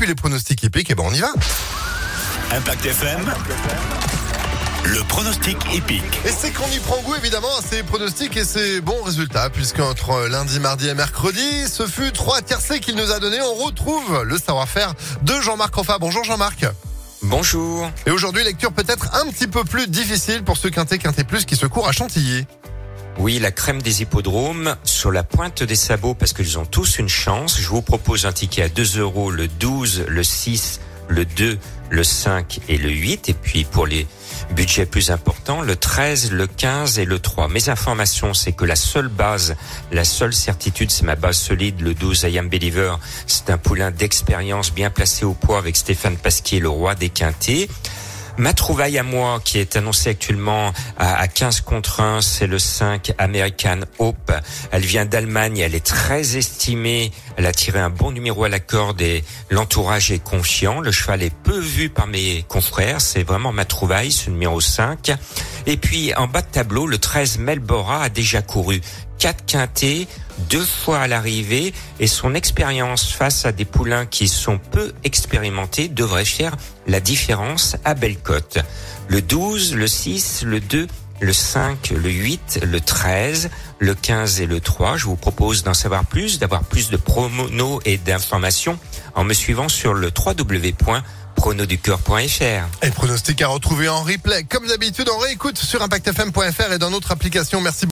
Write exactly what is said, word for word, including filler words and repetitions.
puis les pronostics hippiques, et ben on y va. Impact F M, le pronostic hippique. Et c'est qu'on y prend goût évidemment à ces pronostics et ces bons résultats, puisqu'entre lundi, mardi et mercredi, ce fut trois tiercés qu'il nous a donné. On retrouve le savoir-faire de Jean-Marc Roffa. Bonjour Jean-Marc. Bonjour. Et aujourd'hui, lecture peut-être un petit peu plus difficile pour ce quintet, quintet plus qui se court à Chantilly. Oui, la crème des hippodromes sur la pointe des sabots parce qu'ils ont tous une chance. Je vous propose un ticket à deux euros, le douze, le six, le deux, le cinq et le huit. Et puis pour les budgets plus importants, le treize, le quinze et le trois. Mes informations, c'est que la seule base, la seule certitude, c'est ma base solide, le douze, I Am Believer. C'est un poulain d'expérience bien placé au poids avec Stéphane Pasquier, le roi des quintets. Ma trouvaille à moi, qui est annoncée actuellement à quinze contre un, c'est le cinq American Hope. Elle vient d'Allemagne, elle est très estimée. Elle a tiré un bon numéro à la corde et l'entourage est confiant. Le cheval est peu vu par mes confrères. C'est vraiment ma trouvaille, ce numéro cinq. Et puis, en bas de tableau, le treize Melbora a déjà couru quatre quintets, deux fois à l'arrivée, et son expérience face à des poulains qui sont peu expérimentés devrait faire la différence à belle cote. Le douze, le six, le deux, le cinq, le huit, le treize, le quinze et le trois. Je vous propose d'en savoir plus, d'avoir plus de pronos et d'informations en me suivant sur le w w w point prono du cœur point f r. Et pronostic à retrouver en replay, comme d'habitude, en réécoute sur impact f m point f r et dans notre application. Merci beaucoup.